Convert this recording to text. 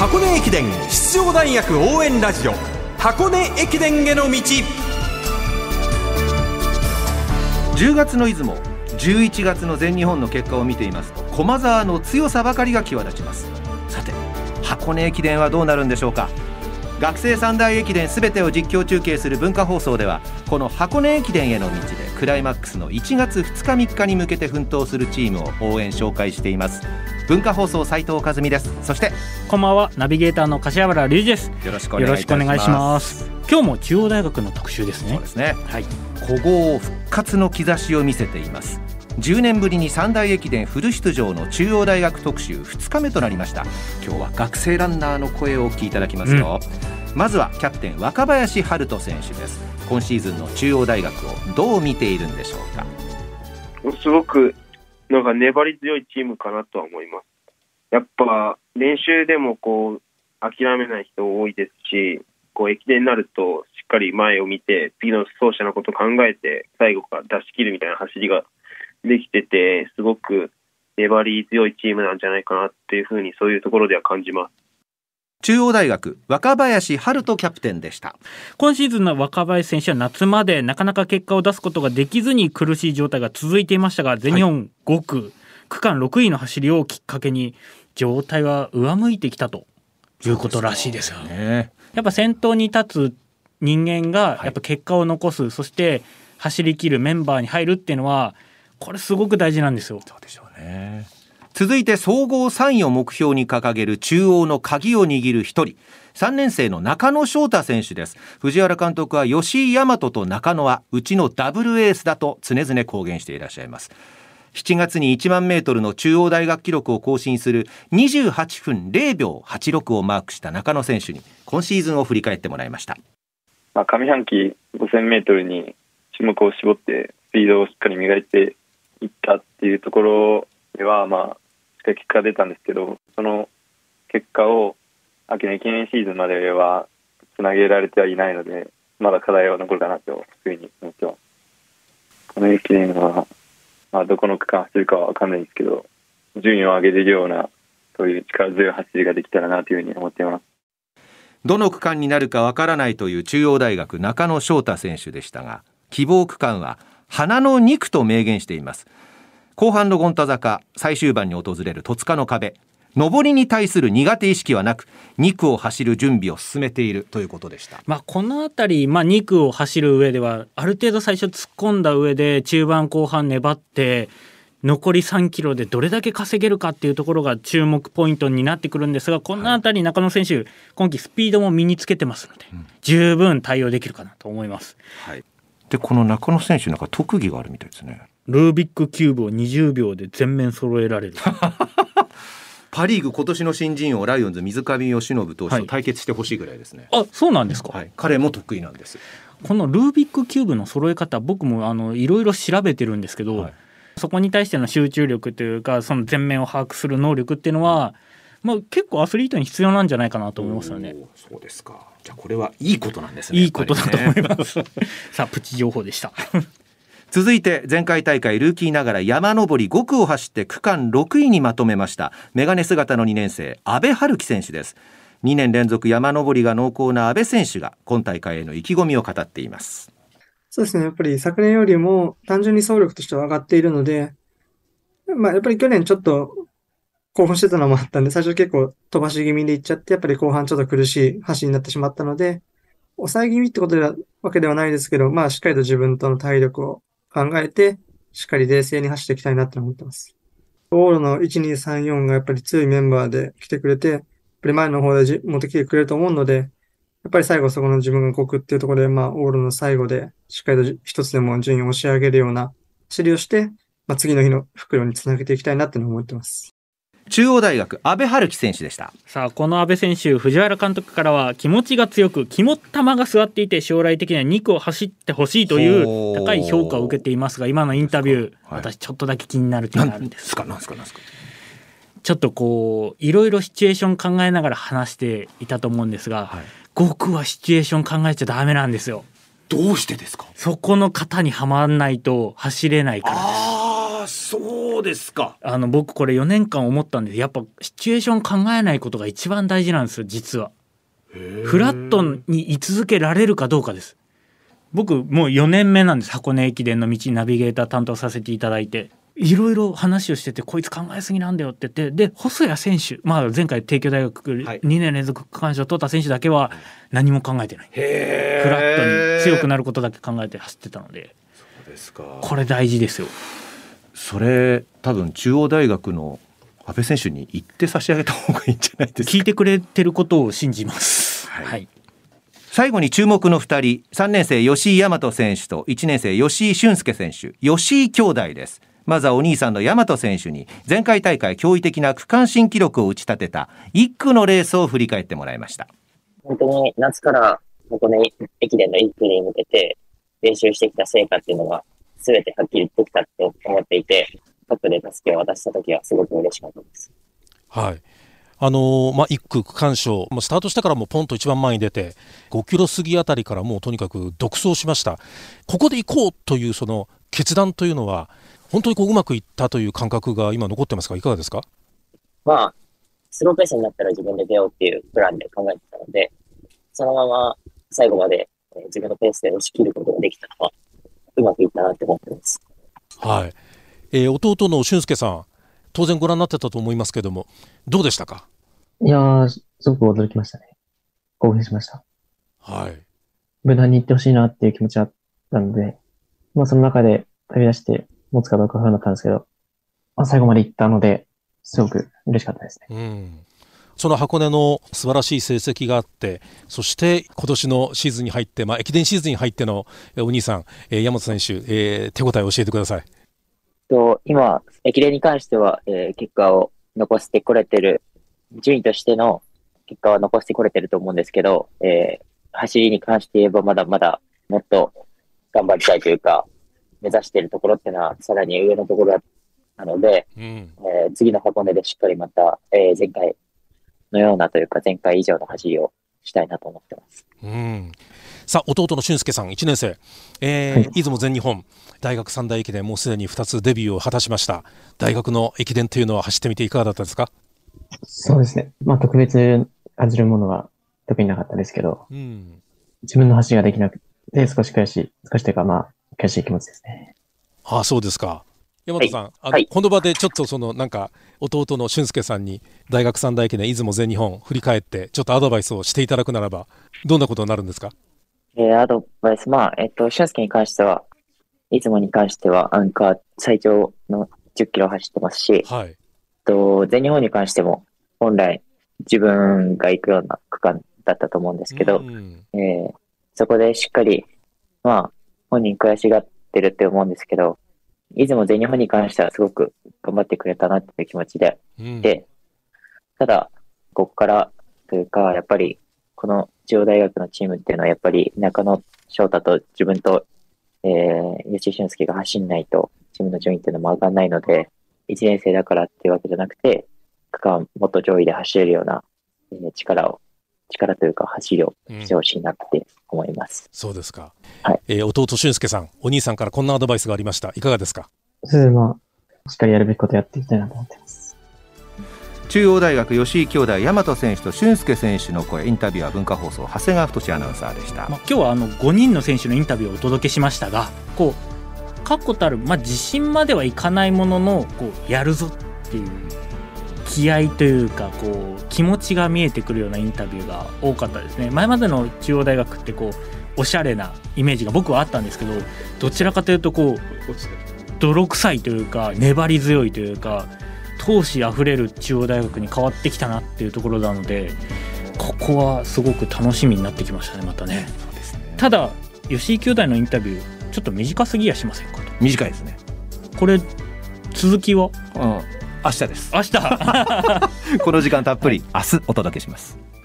箱根駅伝出場大学応援ラジオ、箱根駅伝への道。 10月の出雲、11月の全日本の結果を見ていますと、駒澤の強さばかりが際立ちます。さて、箱根駅伝はどうなるんでしょうか。学生三大駅伝すべてを実況中継する文化放送では、この箱根駅伝への道でクライマックスの1月2日3日に向けて奮闘するチームを応援紹介しています。文化放送斉藤和美です。そしてこんばんは、ナビゲーターの柏原隆二です。 よろしくお願いします。 今日も中央大学の特集ですね。 そうですね、 はい、 古豪復活の兆しを見せています。10年ぶりに三大駅伝フル出場の中央大学特集2日目となりました。今日は学生ランナーの声をお聞きいただきますよ、まずはキャプテン若林陽斗選手です。今シーズンの中央大学をどう見ているんでしょうか。 すごくなんか粘り強いチームかなとは思います。やっぱ練習でも諦めない人多いですし、駅伝になるとしっかり前を見て次の走者のことを考えて最後から出し切るみたいな走りができてて、すごく粘り強いチームなんじゃないかなっていうふうに、そういうところでは感じます。 中央大学若林陽斗キャプテンでした。 今シーズンの若林選手は夏までなかなか結果を出すことができずに苦しい状態が続いていましたが、全日本5区、区間6位の走りをきっかけに状態は上向いてきたということらしいですよね。やっぱ先頭に立つ人間がやっぱ結果を残す、そして走り切るメンバーに入るっていうのは、これすごく大事なんですよ。 そうでしょうね。続いて総合3位を目標に掲げる中央の鍵を握る一人、3年生の中野翔太選手です。藤原監督は吉居大和と中野はうちのダブルエースだと常々公言していらっしゃいます。7月に1万メートルの中央大学記録を更新する28分0秒86をマークした中野選手に今シーズンを振り返ってもらいました。 上半期5000メートルに種目を絞ってスピードをしっかり磨いていったっていうところでは、しっかり結果が出たんですけど、その結果を秋の記念シーズンまではつなげられてはいないので、まだ課題は残るかなというふうに思ってます。この駅伝はどこの区間走るかは分かんないですけど、順位を上げれるようなそういう力強い走りができたらなというふうに思っています。 どの区間になるか分からないという中央大学中野翔太選手でしたが、希望区間は花の2区と明言しています。後半の権太坂、最終盤に訪れる戸塚の壁、上りに対する苦手意識はなく2区を走る準備を進めているということでした。 このあたり、2区を走る上ではある程度最初突っ込んだ上で中盤後半粘って残り3キロでどれだけ稼げるかっていうところが注目ポイントになってくるんですが、このあたり中野選手今季スピードも身につけてますので、十分対応できるかなと思います、 でこの中野選手なんか特技があるみたいですね。 ルービックキューブを20秒で全面揃えられるパリーグ今年の新人王ライオンズ水上由伸投手と対決してほしいぐらいですね、 そうなんですか、 彼も得意なんです。 このルービックキューブの揃え方、僕もいろいろ調べてるんですけど、そこに対しての集中力というか、その全面を把握する能力っていうのは、結構アスリートに必要なんじゃないかなと思いますよね。 そうですか。じゃあこれはいいことなんですね。 いいことだと思います、さあプチ情報でした続いて前回大会ルーキーながら山上り5区を走って区間6位にまとめましたメガネ姿の2年生阿部陽樹選手です。2年連続山上りが濃厚な阿部選手が今大会への意気込みを語っています。 そうですね、やっぱり昨年よりも単純に走力としては上がっているので、やっぱり去年ちょっと興奮してたのもあったんで、最初結構飛ばし気味でいっちゃって、やっぱり後半ちょっと苦しい走りになってしまったので、抑え気味ってことでわけではないですけど、しっかりと自分との体力を考えて、しっかり冷静に走っていきたいなって思ってます。往路の1、2、3、4がやっぱり強いメンバーで来てくれて、やっぱり前の方で持ってきてくれると思うので、やっぱり最後そこの自分がこくっていうところで、往路の最後でしっかりと一つでも順位を押し上げるような走りをして、次の日の復路につなげていきたいなって思ってます。 中央大学阿部陽樹選手でした。 さあこの阿部選手、藤原監督からは気持ちが強く肝っ玉が据わっていて将来的には2区を走ってほしいという高い評価を受けていますが、今のインタビュー、私ちょっとだけ気になる点があるんです。 なんですかちょっといろいろシチュエーション考えながら話していたと思うんですが、5区はシチュエーション考えちゃダメなんですよ。 どうしてですか。 そこの型にはまらないと走れないからです。 ああ、そうですか。 僕これ4年間思ったんです。やっぱシチュエーション考えないことが一番大事なんですよ、実は。フラットに居続けられるかどうかです。僕もう4年目なんです。箱根駅伝の道ナビゲーター担当させていただいて、いろいろ話をしてて、こいつ考えすぎなんだよって言って、で細谷選手、前回帝京大学2年連続区間賞を取った選手だけは何も考えてない、フラットに強くなることだけ考えて走ってたので。 そうですか。 これ大事ですよ。 それ多分中央大学の阿部選手に言って差し上げた方がいいんじゃないですか。 聞いてくれてることを信じます。 はい、最後に注目の2人、3年生吉井大和選手と1年生吉井俊介選手、吉井兄弟です。まずはお兄さんの大和選手に前回大会驚異的な区間新記録を打ち立てた1区のレースを振り返ってもらいました。 本当に夏から箱根駅伝の1区に向けて練習してきた成果っていうのが全てはっきりできたと思っていて、トップで助けを渡した時はすごく嬉しかったです。 はい。1区区間賞、スタートしてからもポンと一番前に出て5キロ過ぎあたりからもうとにかく独走しました。ここで行こうというその決断というのは本当にうまくいったという感覚が今残ってますか？いかがですか？ スローペースになったら自分で出ようっていうプランで考えてたので、そのまま最後まで自分のペースで押し切ることができたのはうまくいったなって思ってます。 はい。弟の俊介さん、当然ご覧になってたと思いますけども、どうでしたか？ いやー、すごく驚きましたね。興奮しました。 はい。 無難に行ってほしいなっていう気持ちがあったので、その中で飛び出して持つかどうか不安だったんですけど、最後まで行ったので、すごく嬉しかったですね。 その箱根の素晴らしい成績があって、そして今年のシーズンに入って、駅伝シーズンに入ってのお兄さん、大和選手、手応えを教えてください。 今、駅伝に関しては、結果を残してこれてる、順位としての結果は残してこれてると思うんですけど、走りに関して言えばまだまだもっと頑張りたいというか、目指しているところっていうのはさらに上のところなので、次の箱根でしっかりまた、前回のようなというか前回以上の走りをしたいなと思ってます。 さあ、弟の俊介さん1年生、出雲全日本大学三大駅伝もうすでに2つデビューを果たしました。大学の駅伝というのは走ってみていかがだったですか？ そうですね、特別感じるものは特になかったですけど、自分の走りができなくて少しというか悔しい気持ちですね。 ああ、そうですか。大和さん、この場でちょっと弟の俊介さんに大学三大駅伝出雲全日本振り返ってちょっとアドバイスをしていただくならばどんなことになるんですか？ アドバイス、俊介に関しては、出雲に関してはアンカー最長の10キロ走ってますし、全日本に関しても本来自分が行くような区間だったと思うんですけど、そこでしっかり、本人悔しがってるって思うんですけど、出雲全日本に関してはすごく頑張ってくれたなっていう気持ちで、ただ、ここからというか、やっぱりこの中央大学のチームっていうのはやっぱり中野翔太と自分と、吉井俊介が走んないとチームの順位っていうのも上がらないので、1年生だからっていうわけじゃなくて、区間もっと上位で走れるような、力というか走りをしてほしいなって思います。 そうですか。 はい。 弟俊介さん、お兄さんからこんなアドバイスがありました。いかがですか？ しっかりやるべきことやっていきたいなと思っています。 中央大学吉井兄弟大和選手と俊介選手の声、インタビューは文化放送長谷川太アナウンサーでした。 今日は5人の選手のインタビューをお届けしましたが、確固たる、自信まではいかないもののやるぞっていう気合というか気持ちが見えてくるようなインタビューが多かったですね。前までの中央大学っておしゃれなイメージが僕はあったんですけど、どちらかというと泥臭いというか粘り強いというか闘志あふれる中央大学に変わってきたなっていうところなので、ここはすごく楽しみになってきましたね。またね。ただ吉井兄弟のインタビューちょっと短すぎやしませんかと。 短いですね。 これ続きは、 明日です。 明日この時間たっぷり明日お届けします。